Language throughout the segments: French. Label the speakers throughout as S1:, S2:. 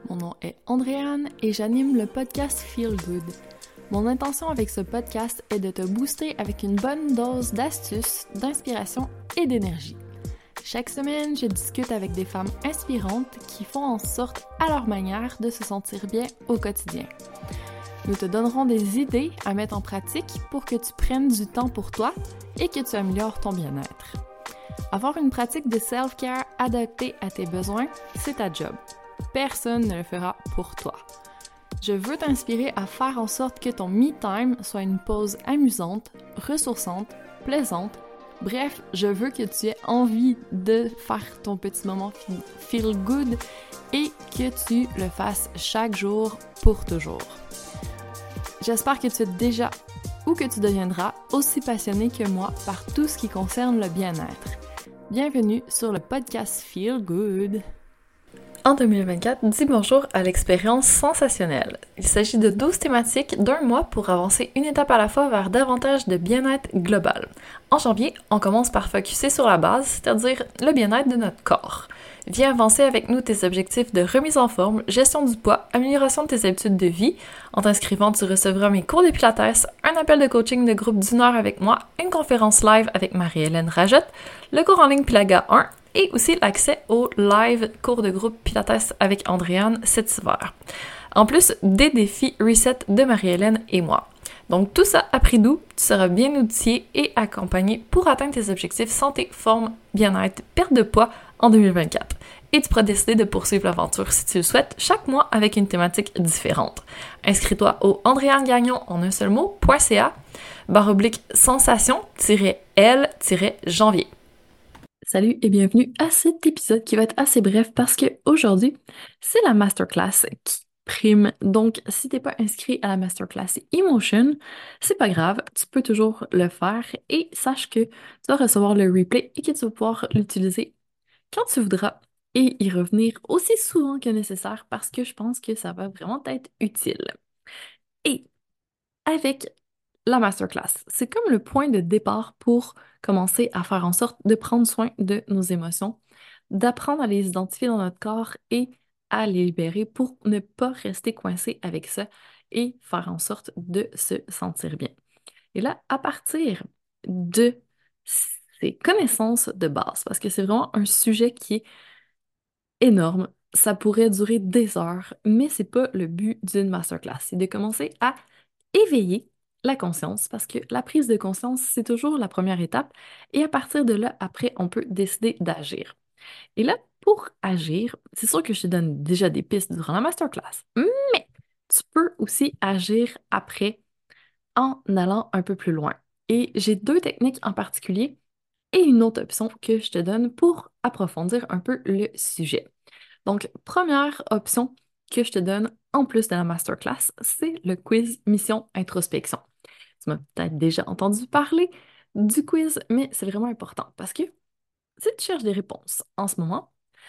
S1: Mon nom est Andréane et j'anime le podcast Feel Good. Mon intention avec ce podcast est de te booster avec une bonne dose d'astuces, d'inspiration et d'énergie. Chaque semaine, je discute avec des femmes inspirantes qui font en sorte, à leur manière, de se sentir bien au quotidien. Nous te donnerons des idées à mettre en pratique pour que tu prennes du temps pour toi et que tu améliores ton bien-être. Avoir une pratique de self-care adaptée à tes besoins, c'est ta job. Personne ne le fera pour toi. Je veux t'inspirer à faire en sorte que ton me-time soit une pause amusante, ressourçante, plaisante. Bref, je veux que tu aies envie de faire ton petit moment feel good et que tu le fasses chaque jour pour toujours. J'espère que tu es déjà ou que tu deviendras aussi passionné que moi par tout ce qui concerne le bien-être. Bienvenue sur le podcast Feel Good. En 2024, dis bonjour à l'expérience sensationnelle. Il s'agit de 12 thématiques d'un mois pour avancer une étape à la fois vers davantage de bien-être global. En janvier, on commence par focusser sur la base, c'est-à-dire le bien-être de notre corps. Viens avancer avec nous tes objectifs de remise en forme, gestion du poids, amélioration de tes habitudes de vie. En t'inscrivant, tu recevras mes cours de pilates, un appel de coaching de groupe d'1 heure avec moi, une conférence live avec Marie-Hélène Rajotte, le cours en ligne Pilaga 1, et aussi l'accès au live cours de groupe Pilates avec Andréane cet hiver. En plus, des défis reset de Marie-Hélène et moi. Donc tout ça à prix doux, tu seras bien outillé et accompagné pour atteindre tes objectifs santé, forme, bien-être, perte de poids en 2024. Et tu pourras décider de poursuivre l'aventure si tu le souhaites chaque mois avec une thématique différente. Inscris-toi au andréanegagnon en un seul mot.ca/sensation-l-janvier. Salut et bienvenue à cet épisode qui va être assez bref parce que aujourd'hui, c'est la masterclass qui prime. Donc, si t'es pas inscrit à la masterclass Emotion, c'est pas grave, tu peux toujours le faire et sache que tu vas recevoir le replay et que tu vas pouvoir l'utiliser quand tu voudras et y revenir aussi souvent que nécessaire parce que je pense que ça va vraiment être utile. Et avec la masterclass, c'est comme le point de départ pour commencer à faire en sorte de prendre soin de nos émotions, d'apprendre à les identifier dans notre corps et à les libérer pour ne pas rester coincé avec ça et faire en sorte de se sentir bien. Et là, à partir de ces connaissances de base, parce que c'est vraiment un sujet qui est énorme, ça pourrait durer des heures, mais c'est pas le but d'une masterclass, c'est de commencer à éveiller la conscience, parce que la prise de conscience, c'est toujours la première étape, et à partir de là, après, on peut décider d'agir. Et là, pour agir, c'est sûr que je te donne déjà des pistes durant la masterclass, mais tu peux aussi agir après en allant un peu plus loin. Et j'ai deux techniques en particulier et une autre option que je te donne pour approfondir un peu le sujet. Donc, première option que je te donne en plus de la masterclass, c'est le quiz Mission Introspection. Tu m'as peut-être déjà entendu parler du quiz, mais c'est vraiment important parce que si tu cherches des réponses en ce moment,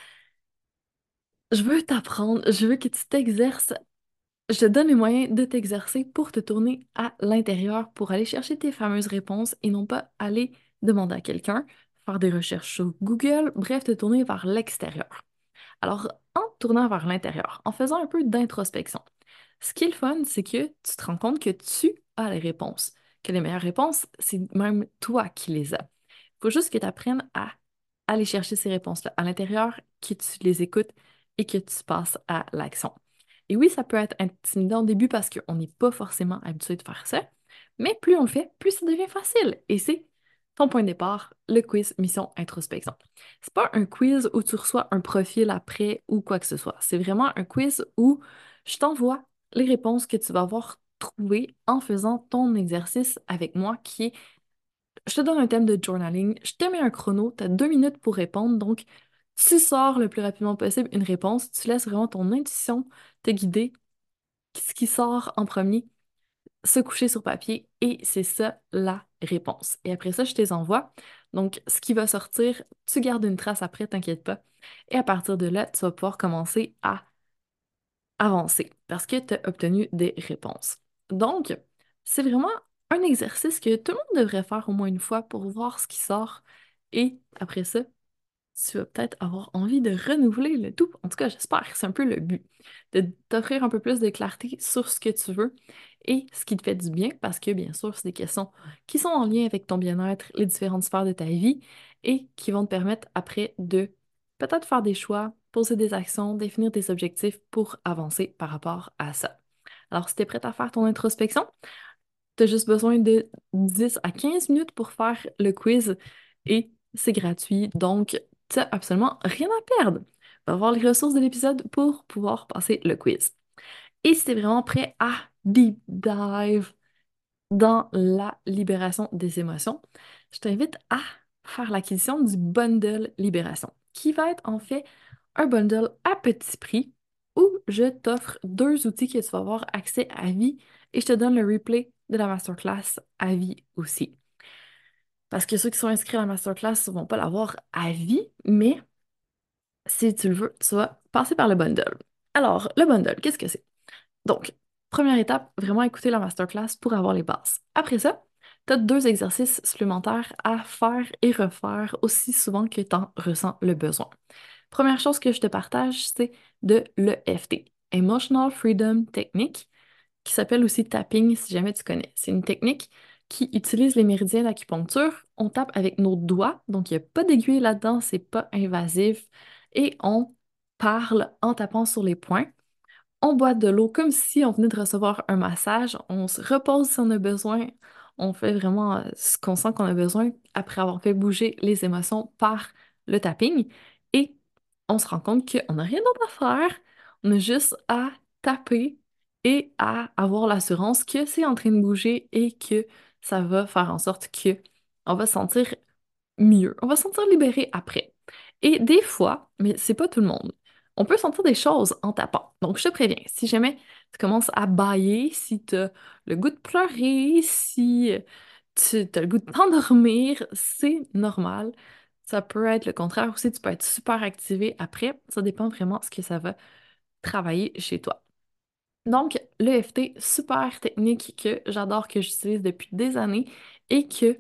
S1: je veux t'apprendre, je veux que tu t'exerces, je te donne les moyens de t'exercer pour te tourner à l'intérieur, pour aller chercher tes fameuses réponses et non pas aller demander à quelqu'un, faire des recherches sur Google, bref, te tourner vers l'extérieur. Alors, en te tournant vers l'intérieur, en faisant un peu d'introspection, ce qui est le fun, c'est que tu te rends compte que tu as les réponses, que les meilleures réponses, c'est même toi qui les as. Il faut juste que tu apprennes à aller chercher ces réponses-là à l'intérieur, que tu les écoutes et que tu passes à l'action. Et oui, ça peut être intimidant au début parce qu'on n'est pas forcément habitué de faire ça, mais plus on le fait, plus ça devient facile. Et c'est ton point de départ, le quiz Mission Introspection. C'est pas un quiz où tu reçois un profil après ou quoi que ce soit. C'est vraiment un quiz où je t'envoie les réponses que tu vas avoir trouvées en faisant ton exercice avec moi qui est, je te donne un thème de journaling, je te mets un chrono, tu as 2 minutes pour répondre, donc tu sors le plus rapidement possible une réponse, tu laisses vraiment ton intuition te guider, ce qui sort en premier, se coucher sur papier, et c'est ça la réponse. Et après ça, je te les envoie. Donc, ce qui va sortir, tu gardes une trace après, t'inquiète pas. Et à partir de là, tu vas pouvoir commencer à avancer parce que tu as obtenu des réponses. Donc, c'est vraiment un exercice que tout le monde devrait faire au moins une fois pour voir ce qui sort. Et après ça, tu vas peut-être avoir envie de renouveler le tout. En tout cas, j'espère que c'est un peu le but, de t'offrir un peu plus de clarté sur ce que tu veux et ce qui te fait du bien, parce que bien sûr, c'est des questions qui sont en lien avec ton bien-être, les différentes sphères de ta vie et qui vont te permettre après de peut-être faire des choix, poser des actions, définir des objectifs pour avancer par rapport à ça. Alors, si tu es prête à faire ton introspection, tu as juste besoin de 10 à 15 minutes pour faire le quiz et c'est gratuit, donc tu n'as absolument rien à perdre. Va voir les ressources de l'épisode pour pouvoir passer le quiz. Et si tu es vraiment prêt à deep dive dans la libération des émotions, je t'invite à faire l'acquisition du bundle libération, qui va être en fait un bundle à petit prix où je t'offre deux outils que tu vas avoir accès à vie et je te donne le replay de la masterclass à vie aussi. Parce que ceux qui sont inscrits à la masterclass ne vont pas l'avoir à vie, mais si tu le veux, tu vas passer par le bundle. Alors, le bundle, qu'est-ce que c'est? Donc, première étape, vraiment écouter la masterclass pour avoir les bases. Après ça, tu as deux exercices supplémentaires à faire et refaire aussi souvent que tu en ressens le besoin. Première chose que je te partage, c'est de l'EFT, Emotional Freedom Technique, qui s'appelle aussi tapping si jamais tu connais. C'est une technique qui utilise les méridiens d'acupuncture. On tape avec nos doigts, donc il n'y a pas d'aiguille là-dedans, c'est pas invasif, et on parle en tapant sur les points. On boit de l'eau comme si on venait de recevoir un massage. On se repose si on a besoin. On fait vraiment ce qu'on sent qu'on a besoin après avoir fait bouger les émotions par le tapping. Et on se rend compte qu'on n'a rien d'autre à faire. On a juste à taper et à avoir l'assurance que c'est en train de bouger et que ça va faire en sorte que on va se sentir mieux. On va se sentir libéré après. Et des fois, mais c'est pas tout le monde, on peut sentir des choses en tapant. Donc, je te préviens, si jamais tu commences à bâiller, si tu as le goût de pleurer, si tu as le goût de t'endormir, c'est normal. Ça peut être le contraire aussi, tu peux être super activé après. Ça dépend vraiment de ce que ça va travailler chez toi. Donc, l'EFT, super technique que j'adore, que j'utilise depuis des années et que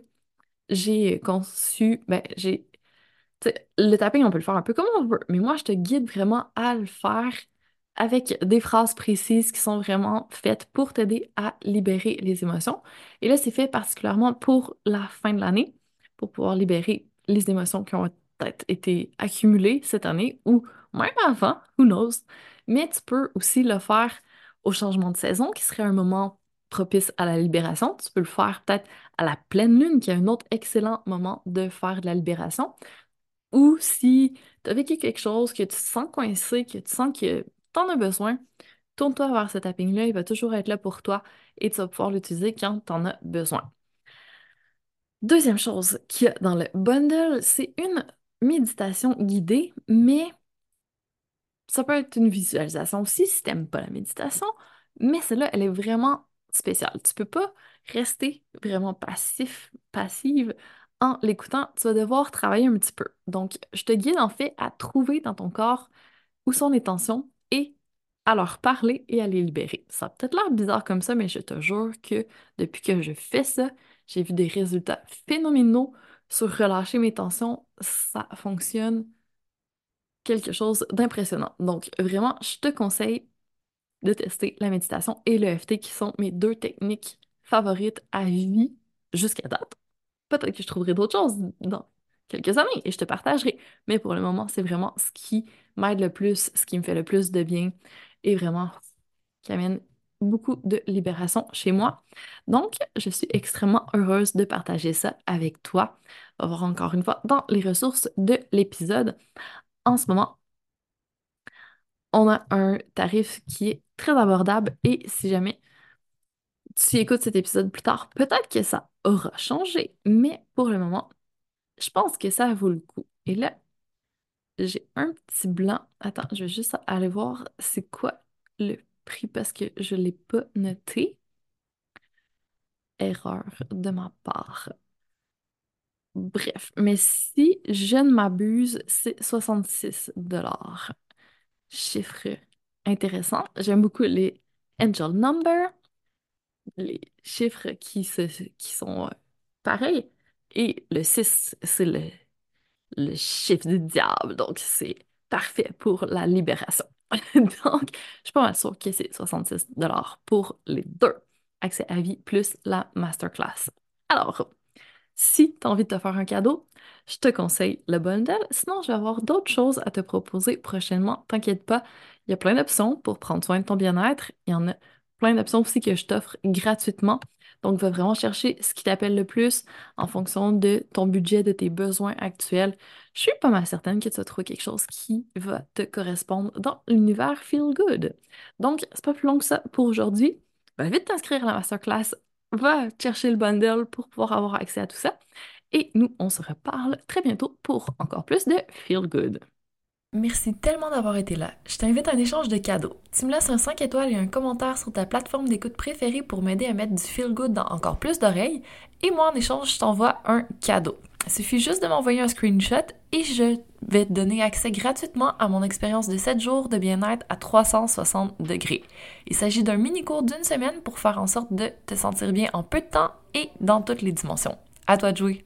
S1: j'ai conçu, ben, j'ai t'sais, le tapping, on peut le faire un peu comme on veut, mais moi, je te guide vraiment à le faire avec des phrases précises qui sont vraiment faites pour t'aider à libérer les émotions. Et là, c'est fait particulièrement pour la fin de l'année, pour pouvoir libérer les émotions qui ont peut-être été accumulées cette année ou même avant, who knows. Mais tu peux aussi le faire au changement de saison, qui serait un moment propice à la libération. Tu peux le faire peut-être à la pleine lune, qui est un autre excellent moment de faire de la libération. Ou si tu as vécu quelque chose, que tu te sens coincé, que tu sens que tu en as besoin, tourne-toi vers ce tapping-là, il va toujours être là pour toi et tu vas pouvoir l'utiliser quand tu en as besoin. Deuxième chose qu'il y a dans le bundle, c'est une méditation guidée, mais ça peut être une visualisation aussi si t'aimes pas la méditation, mais celle-là, elle est vraiment spéciale. Tu peux pas rester vraiment passive en l'écoutant. Tu vas devoir travailler un petit peu. Donc, je te guide en fait à trouver dans ton corps où sont les tensions et à leur parler et à les libérer. Ça a peut-être l'air bizarre comme ça, mais je te jure que depuis que je fais ça, j'ai vu des résultats phénoménaux sur relâcher mes tensions. Ça fonctionne quelque chose d'impressionnant. Donc, vraiment, je te conseille de tester la méditation et le l'EFT qui sont mes deux techniques favorites à vie jusqu'à date. Peut-être que je trouverai d'autres choses dans quelques années et je te partagerai. Mais pour le moment, c'est vraiment ce qui m'aide le plus, ce qui me fait le plus de bien et vraiment qui amène beaucoup de libération chez moi. Donc, je suis extrêmement heureuse de partager ça avec toi. On va voir encore une fois dans les ressources de l'épisode. En ce moment, on a un tarif qui est très abordable et si jamais tu écoutes cet épisode plus tard, peut-être que ça aura changé, mais pour le moment, je pense que ça vaut le coup. Et là, j'ai un petit blanc. Attends, je vais juste aller voir c'est quoi le prix parce que je ne l'ai pas noté. Erreur de ma part. Bref, mais si je ne m'abuse, c'est 66 $. Chiffre intéressant. J'aime beaucoup les angel numbers, les chiffres qui sont pareils. Et le 6 c'est le le chiffre du diable. Donc, c'est parfait pour la libération. Donc, je suis pas mal sûre que c'est 66 $ pour les deux. Accès à vie plus la masterclass. Alors, si tu as envie de te faire un cadeau, je te conseille le bundle. Sinon, je vais avoir d'autres choses à te proposer prochainement. T'inquiète pas, il y a plein d'options pour prendre soin de ton bien-être. Il y en a plein d'options aussi que je t'offre gratuitement. Donc, va vraiment chercher ce qui t'appelle le plus en fonction de ton budget, de tes besoins actuels. Je suis pas mal certaine que tu vas trouver quelque chose qui va te correspondre dans l'univers Feel Good. Donc, c'est pas plus long que ça pour aujourd'hui. Va vite t'inscrire à la masterclass, va chercher le bundle pour pouvoir avoir accès à tout ça. Et nous, on se reparle très bientôt pour encore plus de Feel Good. Merci tellement d'avoir été là. Je t'invite à un échange de cadeaux. Tu me laisses un 5 étoiles et un commentaire sur ta plateforme d'écoute préférée pour m'aider à mettre du feel good dans encore plus d'oreilles. Et moi, en échange, je t'envoie un cadeau. Il suffit juste de m'envoyer un screenshot et je vais te donner accès gratuitement à mon expérience de 7 jours de bien-être à 360 degrés. Il s'agit d'un mini-cours d'une semaine pour faire en sorte de te sentir bien en peu de temps et dans toutes les dimensions. À toi de jouer!